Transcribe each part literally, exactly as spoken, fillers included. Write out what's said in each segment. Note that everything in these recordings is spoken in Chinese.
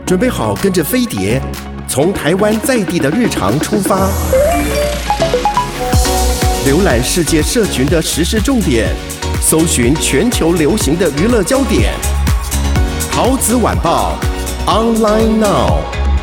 准备好跟着飞碟，从台湾在地的日常出发，浏览世界社群的时事重点，搜寻全球流行的娱乐焦点。桃子晚报 online now。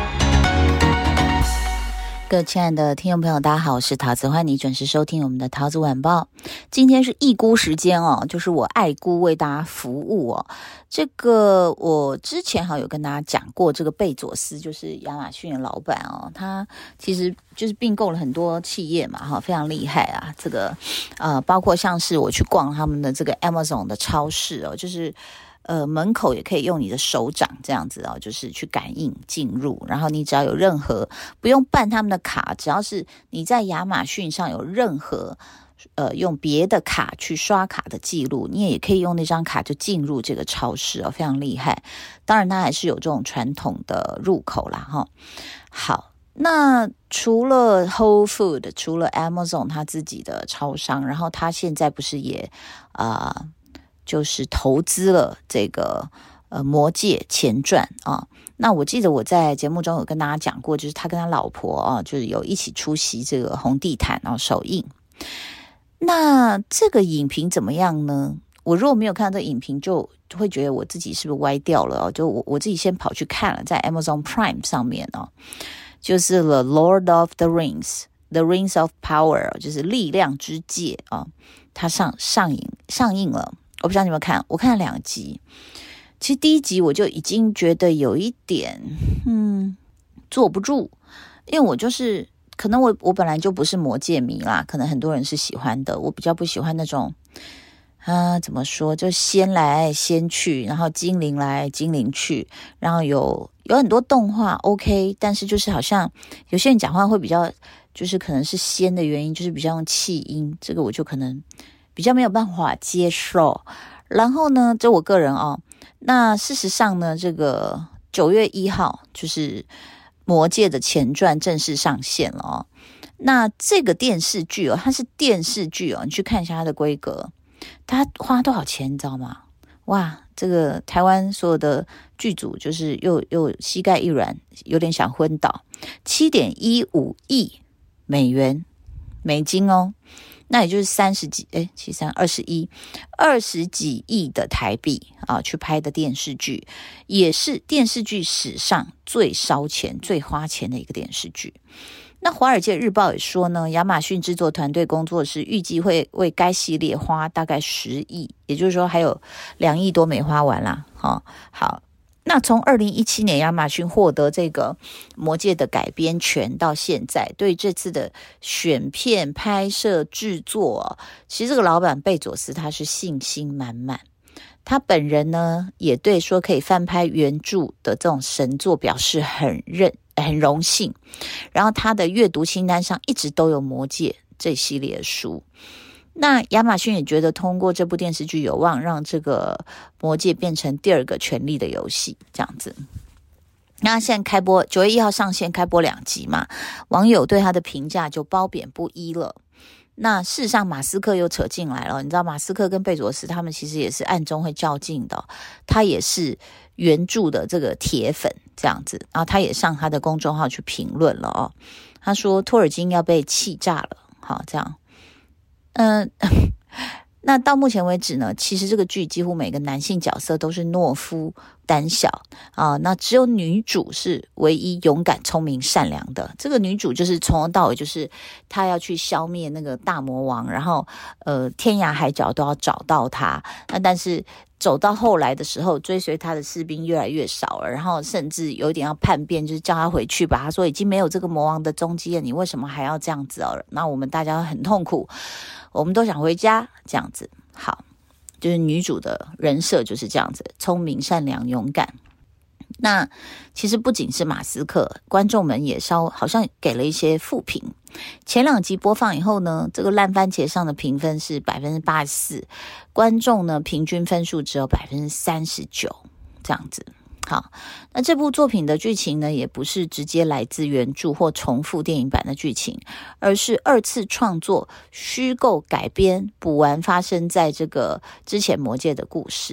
各位亲爱的听众朋友，大家好，我是桃子，欢迎你准时收听我们的桃子晚报。今天是易估时间哦，就是我爱估为大家服务哦。这个我之前好有跟大家讲过，这个贝佐斯就是亚马逊的老板哦，他其实就是并购了很多企业嘛，哈，非常厉害啊。这个呃，包括像是我去逛他们的这个 Amazon 的超市哦，就是。呃，门口也可以用你的手掌这样子哦，就是去感应进入，然后你只要有任何不用办他们的卡，只要是你在亚马逊上有任何呃用别的卡去刷卡的记录，你也可以用那张卡就进入这个超市哦，非常厉害。当然它还是有这种传统的入口啦哈。好，那除了 Whole Food， 除了 Amazon 他自己的超商，然后他现在不是也啊。呃就是投资了这个呃魔戒前传啊，那我记得我在节目中有跟大家讲过，就是他跟他老婆啊，就是有一起出席这个红地毯然后首映。那这个影评怎么样呢？我如果没有看到这个影评，就会觉得我自己是不是歪掉了哦？就我我自己先跑去看了，在 Amazon Prime 上面哦，就是 The Lord of the Rings。The Rings of Power 就是力量之戒啊，它上上映上映了，我不知道你有没有看，我看了两集。其实第一集我就已经觉得有一点嗯坐不住，因为我就是可能我我本来就不是魔戒迷啦，可能很多人是喜欢的，我比较不喜欢那种啊怎么说，就仙来仙去，然后精灵来精灵去，然后有有很多动画 OK， 但是就是好像有些人讲话会比较。就是可能是仙的原因，就是比较用气音，这个我就可能比较没有办法接受。然后呢，这我个人哦，那事实上呢，这个九月一号就是魔戒的前传正式上线了哦。那这个电视剧哦，它是电视剧哦，你去看一下它的规格，它花多少钱你知道吗？哇，这个台湾所有的剧组就是又又膝盖一软，有点想昏倒， 七点一五亿美元美金哦，那也就是三十几诶七三二十一二十几亿的台币啊，去拍的电视剧，也是电视剧史上最烧钱最花钱的一个电视剧。那华尔街日报也说呢，亚马逊制作团队工作室预计会为该系列花大概十亿，也就是说还有两亿多没花完啦。哦、好。那从二零一七年亚马逊获得这个魔戒的改编权到现在，对这次的选片拍摄制作，其实这个老板贝佐斯他是信心满满，他本人呢也对说可以翻拍原著的这种神作表示很认很荣幸，然后他的阅读清单上一直都有魔戒这系列书。那亚马逊也觉得通过这部电视剧有望让这个魔戒变成第二个权力的游戏这样子。那现在开播九月一号上线，开播两集嘛，网友对他的评价就褒贬不一了。那事实上马斯克又扯进来了，你知道马斯克跟贝佐斯他们其实也是暗中会较劲的，他也是原著的这个铁粉这样子，然后他也上他的公众号去评论了哦，他说托尔金要被气炸了，好这样。嗯、呃，那到目前为止呢，其实这个剧几乎每个男性角色都是懦夫、胆小啊，那只有女主是唯一勇敢、聪明、善良的。这个女主就是从头到尾就是她要去消灭那个大魔王，然后呃天涯海角都要找到他。那但是走到后来的时候，追随他的士兵越来越少了，然后甚至有点要叛变，就是叫他回去吧。他说已经没有这个魔王的踪迹了，你为什么还要这样子哦？那我们大家很痛苦，我们都想回家，这样子。好，就是女主的人设就是这样子，聪明、善良、勇敢。那其实不仅是马斯克，观众们也稍好像给了一些负评。前两集播放以后呢，这个烂番茄上的评分是 百分之八十四， 观众呢平均分数只有 百分之三十九 这样子。好，那这部作品的剧情呢，也不是直接来自原著或重复电影版的剧情，而是二次创作、虚构改编、补完发生在这个之前魔戒的故事。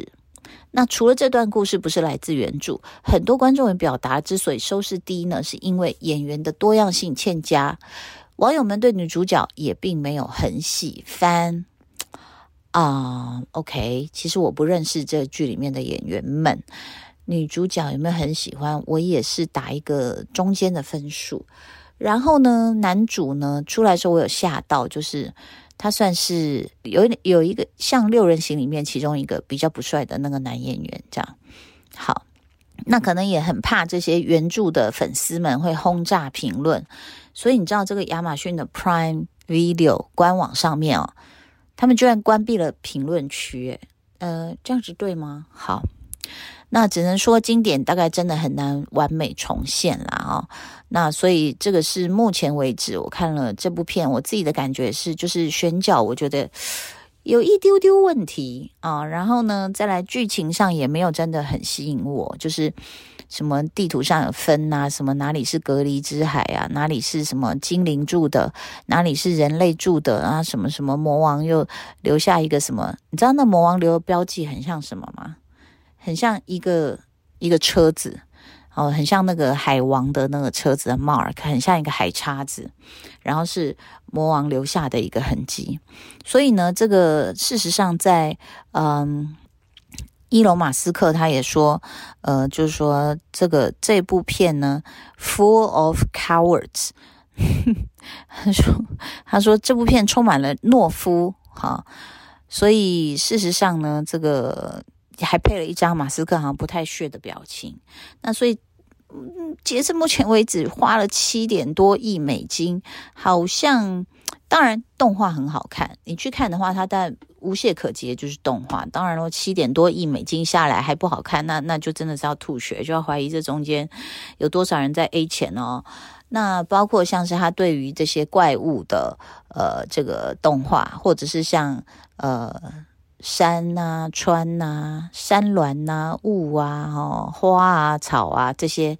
那除了这段故事不是来自原著，很多观众也表达之所以收视低呢，是因为演员的多样性欠佳，网友们对女主角也并没有很喜欢啊、uh, OK， 其实我不认识这剧里面的演员们，女主角有没有很喜欢，我也是打一个中间的分数。然后呢，男主呢出来的时候我有吓到，就是他算是有有一个像六人行里面其中一个比较不帅的那个男演员这样。好，那可能也很怕这些原著的粉丝们会轰炸评论，所以你知道这个亚马逊的 Prime Video 官网上面哦，他们居然关闭了评论区，呃，这样子对吗？好，那只能说经典大概真的很难完美重现啦哦。那所以这个是目前为止我看了这部片，我自己的感觉是，就是选角我觉得有一丢丢问题啊。然后呢，再来剧情上也没有真的很吸引我，就是什么地图上有分啊，什么哪里是隔离之海啊，哪里是什么精灵住的，哪里是人类住的啊，什么什么魔王又留下一个什么，你知道那魔王留的标记很像什么吗？很像一个一个车子哦，很像那个海王的那个车子的 mark， 很像一个海叉子，然后是魔王留下的一个痕迹。所以呢，这个事实上在嗯，伊隆马斯克他也说，呃，就是说这个这部片呢 ，full of cowards 他说他说这部片充满了懦夫哈，所以事实上呢，这个还配了一张马斯克好像不太屑的表情。那所以嗯，截至目前为止花了七点多亿美金，好像当然动画很好看，你去看的话它当然无懈可击，就是动画。当然咯，七点多亿美金下来还不好看，那那就真的是要吐血，就要怀疑这中间有多少人在 A 钱哦。那包括像是他对于这些怪物的呃这个动画，或者是像呃山啊、川啊、山峦啊、雾啊、哦、花啊、草啊这些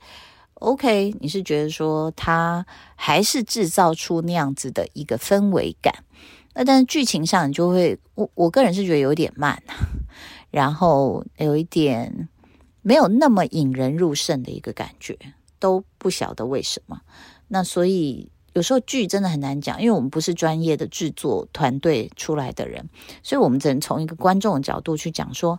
，OK， 你是觉得说它还是制造出那样子的一个氛围感？那但是剧情上你就会，我我个人是觉得有点慢，然后有一点没有那么引人入胜的一个感觉，都不晓得为什么。那所以有时候剧真的很难讲，因为我们不是专业的制作团队出来的人，所以我们只能从一个观众的角度去讲说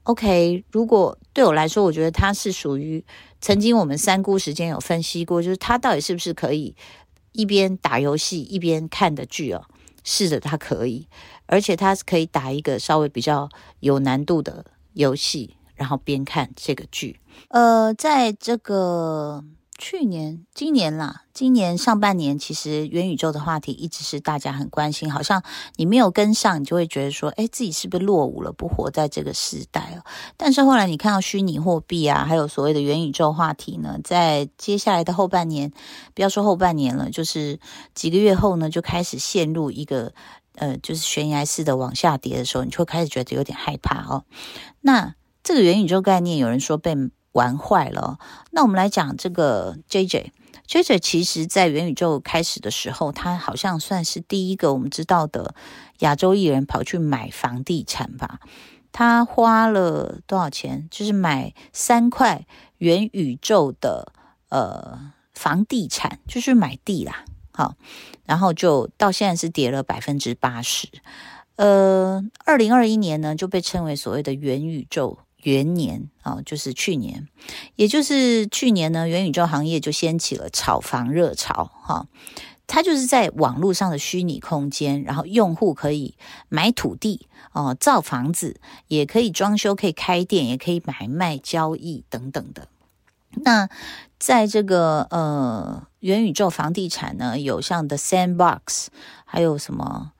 OK， 如果对我来说，我觉得它是属于曾经我们三姑时间有分析过，就是它到底是不是可以一边打游戏一边看的剧哦，是的，它可以，而且它可以打一个稍微比较有难度的游戏，然后边看这个剧。呃，在这个去年今年啦今年上半年，其实元宇宙的话题一直是大家很关心，好像你没有跟上，你就会觉得说诶自己是不是落伍了，不活在这个时代哦。但是后来你看到虚拟货币啊，还有所谓的元宇宙话题呢，在接下来的后半年，不要说后半年了，就是几个月后呢，就开始陷入一个呃，就是悬崖式的往下跌的时候，你就会开始觉得有点害怕哦。那这个元宇宙概念有人说被玩坏了哦。那我们来讲这个 J J J J 其实在元宇宙开始的时候，他好像算是第一个我们知道的亚洲艺人跑去买房地产吧。他花了多少钱？就是买三块元宇宙的呃房地产，就是买地啦。好，然后就到现在是跌了 百分之八十。呃二零二一年呢就被称为所谓的元宇宙元年啊、哦，就是去年，也就是去年呢，元宇宙行业就掀起了炒房热潮哈、哦。它就是在网络上的虚拟空间，然后用户可以买土地哦，造房子，也可以装修，可以开店，也可以买卖交易等等的。那在这个呃元宇宙房地产呢，有像 The Sandbox， 还有什么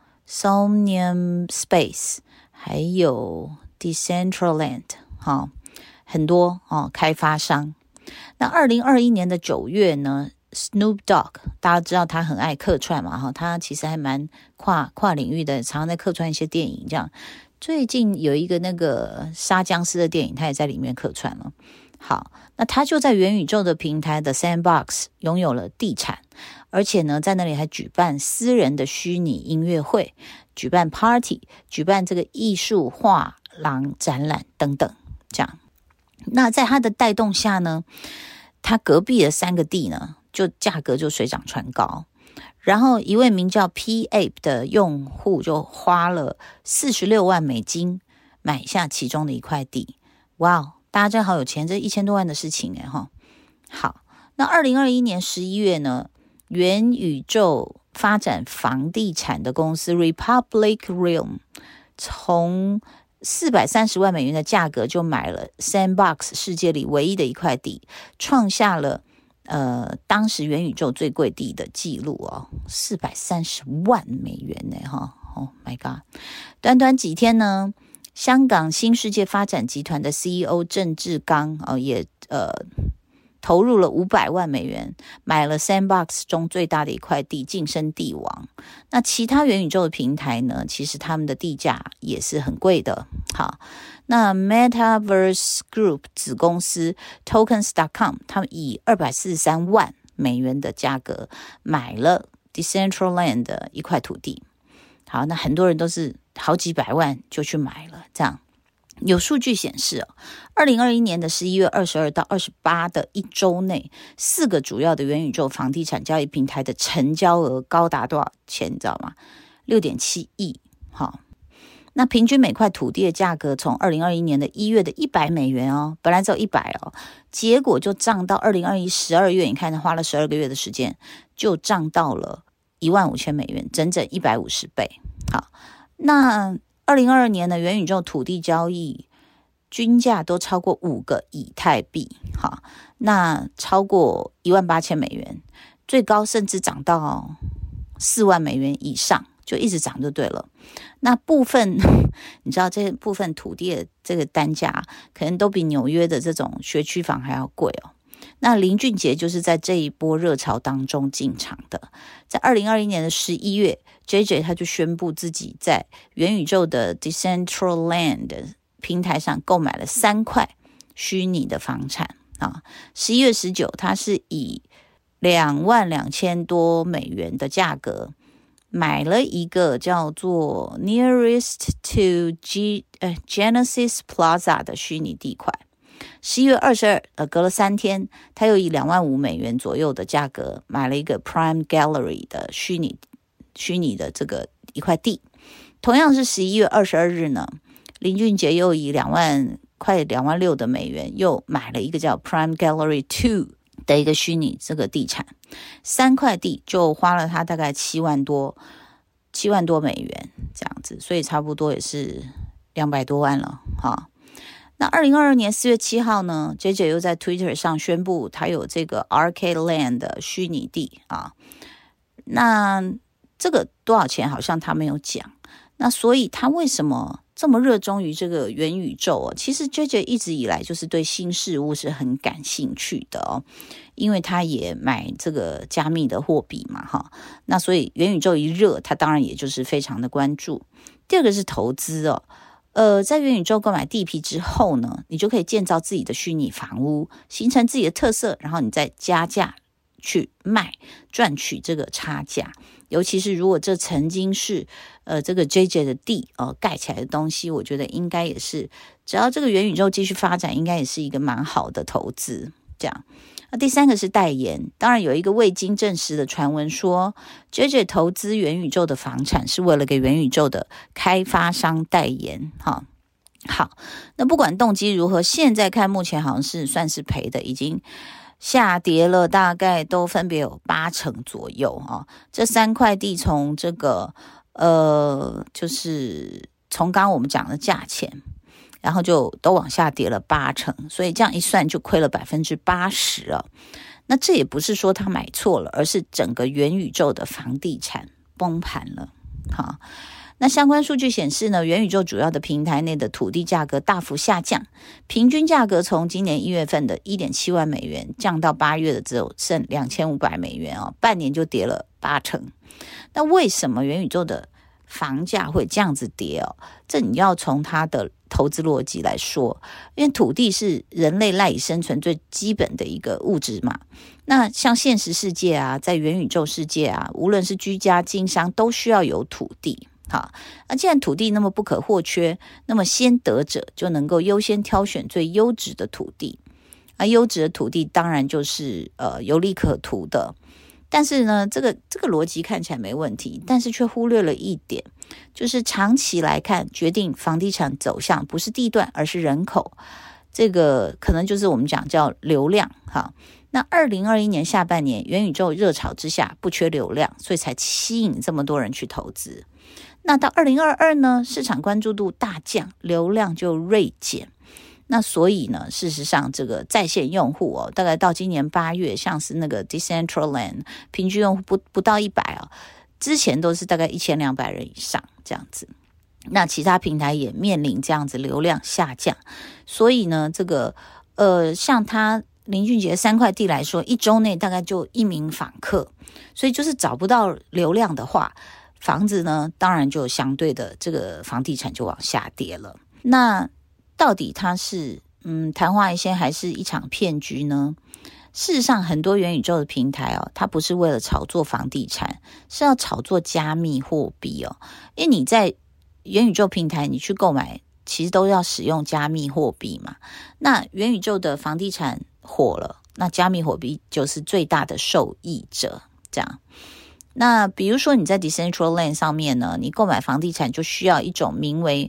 Somnium Space， 还有 Decentraland。好，很多哦，开发商。那二零二一年的九月呢 ，Snoop Dogg 大家知道他很爱客串嘛，哈，他其实还蛮跨跨领域的，常常在客串一些电影这样。最近有一个那个杀僵尸的电影，他也在里面客串了。好，那他就在元宇宙的平台的 Sandbox 拥有了地产，而且呢，在那里还举办私人的虚拟音乐会，举办 party， 举办这个艺术画廊展览等等。 这样。那在它的带动下呢，它隔壁的三个地呢，就价格就水涨船高。然后一位名叫 P A P 的用户就花了四十六万美金买下其中的一块地。哇，大家真好有钱，这一千多万的事情哎哈。好，那二零二一年十一月呢，元宇宙发展房地产的公司 Republic Realm 从四百三十万美元的价格就买了 Sandbox 世界里唯一的一块地，创下了呃当时元宇宙最贵地的记录哦，四百三十万美元呢哈。Oh my god！ 短短几天呢，香港新世界发展集团的 C E O 郑志刚哦也呃投入了五百万美元，买了 Sandbox 中最大的一块地，晋升地王。那其他元宇宙的平台呢，其实他们的地价也是很贵的。好，那 Metaverse Group 子公司 Tokens 点 com 他们以二百四十三万美元的价格买了 Decentraland 的一块土地。好，那很多人都是好几百万就去买了，这样。有数据显示哦，二零二一年的十一月二十二到二十八的一周内，四个主要的元宇宙房地产交易平台的成交额高达多少钱？你知道吗？六点七亿。好，那平均每块土地的价格从二零二一年的一月的一百美元哦，本来只有一百哦，结果就涨到二零二一十二月，你看花了十二个月的时间，就涨到了一万五千美元，整整一百五十倍。好，那二零二二年的元宇宙土地交易均价都超过五个以太币，好，那超过一万八千美元，最高甚至涨到四万美元以上，就一直涨就对了。那部分你知道这部分土地的这个单价可能都比纽约的这种学区房还要贵哦。那林俊杰就是在这一波热潮当中进场的，在二零二一年的十一月 J J 他就宣布自己在元宇宙的 Decentraland 平台上购买了三块虚拟的房产啊。十一月十九他是以两万两千多美元的价格买了一个叫做 Nearest to G, 呃 Genesis Plaza 的虚拟地块。十一月二十二，呃，隔了三天，他又以两万五美元左右的价格买了一个 Prime Gallery 的虚拟虚拟的这个一块地。同样是十一月二十二日呢，林俊杰又以两万快两万六的美元又买了一个叫 Prime Gallery Two 的一个虚拟这个地产，三块地就花了他大概七万多七万多美元这样子，所以差不多也是两百多万了哈。那二零二二年四月七号呢 J J 又在 Twitter 上宣布他有这个 Arcade Land 的虚拟地啊，那这个多少钱好像他没有讲，那所以他为什么这么热衷于这个元宇宙哦？其实 J J 一直以来就是对新事物是很感兴趣的哦，因为他也买这个加密的货币嘛哈，那所以元宇宙一热，他当然也就是非常的关注。第二个是投资哦，呃，在元宇宙购买地皮之后呢，你就可以建造自己的虚拟房屋，形成自己的特色，然后你再加价去卖，赚取这个差价。尤其是如果这曾经是呃这个 J J 的地呃盖起来的东西，我觉得应该也是，只要这个元宇宙继续发展，应该也是一个蛮好的投资。这样，那第三个是代言，当然有一个未经证实的传闻说 J J 投资元宇宙的房产是为了给元宇宙的开发商代言哈。好，那不管动机如何，现在看目前好像是算是赔的，已经下跌了，大概都分别有八成左右啊。这三块地从这个呃，就是从刚刚我们讲的价钱，然后就都往下跌了八成，所以这样一算就亏了百分之八十啊。那这也不是说他买错了，而是整个元宇宙的房地产崩盘了。好，那相关数据显示呢，元宇宙主要的平台内的土地价格大幅下降，平均价格从今年一月份的 一点七万美元降到八月的只有剩两千五百美元哦，半年就跌了八成。那为什么元宇宙的房价会这样子跌哦？这你要从它的投资逻辑来说，因为土地是人类赖以生存最基本的一个物质嘛。那像现实世界啊，在元宇宙世界啊，无论是居家经商都需要有土地。 好，那既然土地那么不可或缺，那么先得者就能够优先挑选最优质的土地。啊，优质的土地当然就是呃有利可图的。但是呢，这个这个逻辑看起来没问题，但是却忽略了一点，就是长期来看，决定房地产走向不是地段，而是人口。这个可能就是我们讲叫流量哈。那二零二一年下半年元宇宙热潮之下，不缺流量，所以才吸引这么多人去投资。那到二零二二呢，市场关注度大降，流量就锐减。那所以呢，事实上这个在线用户哦，大概到今年八月，像是那个 Decentraland 平均用户不不到一百哦，之前都是大概一千两百人以上这样子。那其他平台也面临这样子流量下降，所以呢，这个呃，像他林俊杰三块地来说，一周内大概就一名访客，所以就是找不到流量的话，房子呢，当然就相对的这个房地产就往下跌了。那到底它是嗯昙花一现还是一场骗局呢？事实上，很多元宇宙的平台哦，它不是为了炒作房地产，是要炒作加密货币哦。因为你在元宇宙平台你去购买，其实都要使用加密货币嘛。那元宇宙的房地产火了，那加密货币就是最大的受益者。这样，那比如说你在 Decentraland 上面呢，你购买房地产就需要一种名为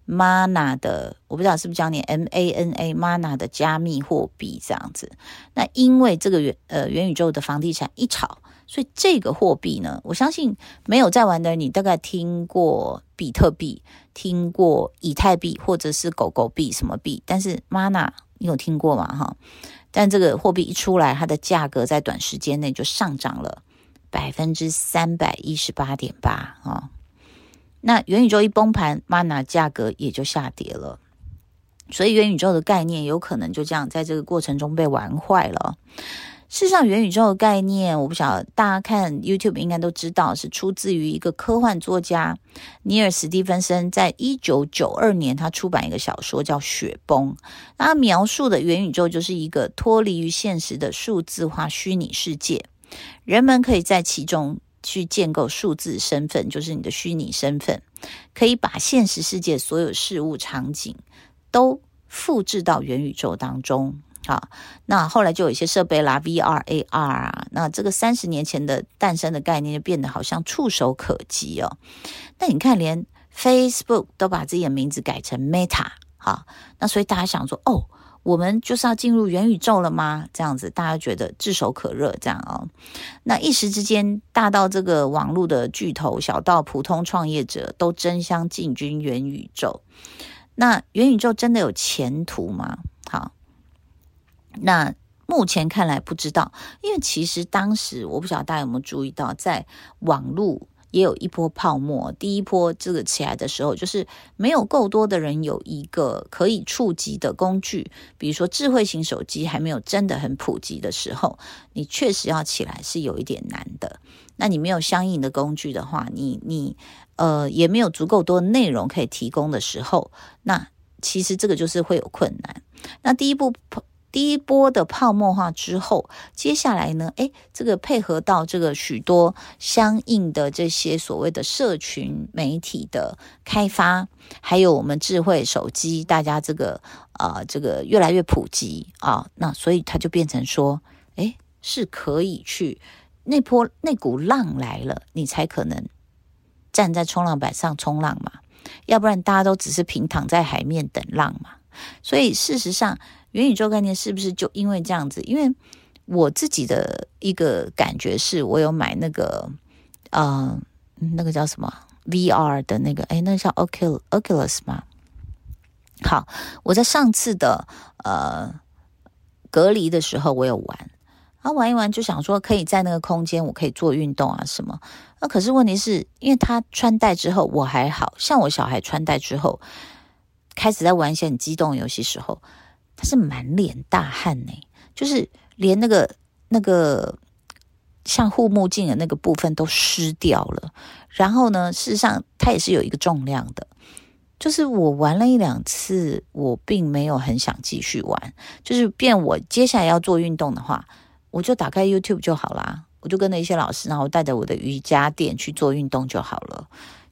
Mana 的，我不知道是不是讲念 M A N A Mana 的加密货币这样子。那因为这个元呃元宇宙的房地产一炒，所以这个货币呢，我相信没有在玩的人，你大概听过比特币，听过以太币或者是狗狗币什么币，但是 Mana 你有听过吗？哈，但这个货币一出来，它的价格在短时间内就上涨了百分之三百一十八点八啊。那元宇宙一崩盘 ，Mana 价格也就下跌了，所以元宇宙的概念有可能就这样在这个过程中被玩坏了。事实上，元宇宙的概念，我不晓得大家看 YouTube 应该都知道，是出自于一个科幻作家尼尔·史蒂芬森在一九九二年他出版一个小说叫《雪崩》，他描述的元宇宙就是一个脱离于现实的数字化虚拟世界，人们可以在其中去建构数字身份，就是你的虚拟身份，可以把现实世界所有事物场景都复制到元宇宙当中。好，那后来就有一些设备啦 V R、A R 啊，那这个三十年前的诞生的概念就变得好像触手可及哦。那你看连 Facebook 都把自己的名字改成 Meta， 好，那所以大家想说哦，我们就是要进入元宇宙了吗？这样子大家觉得炙手可热这样哦。那一时之间，大到这个网络的巨头，小到普通创业者都争相进军元宇宙。那元宇宙真的有前途吗？好，那目前看来不知道，因为其实当时我不晓得大家有没有注意到，在网络也有一波泡沫。第一波这个起来的时候，就是没有够多的人有一个可以触及的工具，比如说智慧型手机还没有真的很普及的时候，你确实要起来是有一点难的。那你没有相应的工具的话，你你呃也没有足够多内容可以提供的时候，那其实这个就是会有困难。那第一步第一波的泡沫化之后，接下来呢，诶，这个配合到这个许多相应的这些所谓的社群媒体的开发，还有我们智慧手机，大家这个呃这个越来越普及啊，那所以它就变成说，诶，是可以去那波那股浪来了，你才可能站在冲浪板上冲浪嘛，要不然大家都只是平躺在海面等浪嘛。所以事实上，元宇宙概念是不是就因为这样子？因为我自己的一个感觉是，我有买那个呃那个叫什么 V R 的那个，诶，那个叫 Oculus Oculus 吗？好，我在上次的呃隔离的时候我有玩，然后玩一玩就想说可以在那个空间我可以做运动啊什么。那可是问题是因为他穿戴之后我还好，像我小孩穿戴之后开始在玩一些很激动的游戏时候，他是满脸大汗呢，就是连那个那个像护目镜的那个部分都湿掉了。然后呢，事实上它也是有一个重量的，就是我玩了一两次，我并没有很想继续玩，就是变我接下来要做运动的话，我就打开 YouTube 就好啦，我就跟着一些老师，然后带着我的瑜伽垫去做运动就好了。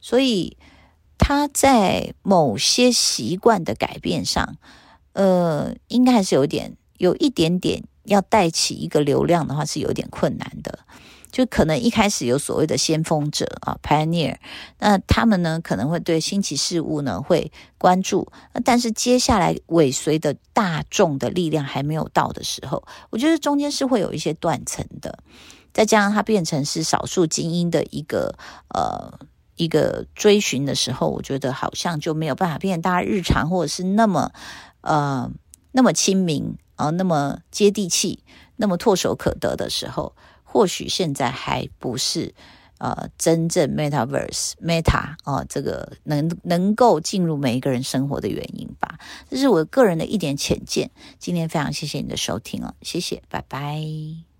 所以他在某些习惯的改变上，呃，应该还是有点有一点点要带起一个流量的话是有点困难的。就可能一开始有所谓的先锋者啊 pioneer， 那他们呢可能会对新奇事物呢会关注，但是接下来尾随的大众的力量还没有到的时候，我觉得中间是会有一些断层的。再加上它变成是少数精英的一个呃一个追寻的时候，我觉得好像就没有办法变成大家日常，或者是那么呃那么亲民啊、呃，那么接地气，那么唾手可得的时候，或许现在还不是呃真正 metaverse meta 啊、呃、这个能能够进入每一个人生活的原因吧。这是我个人的一点浅见。今天非常谢谢你的收听哦，谢谢，拜拜。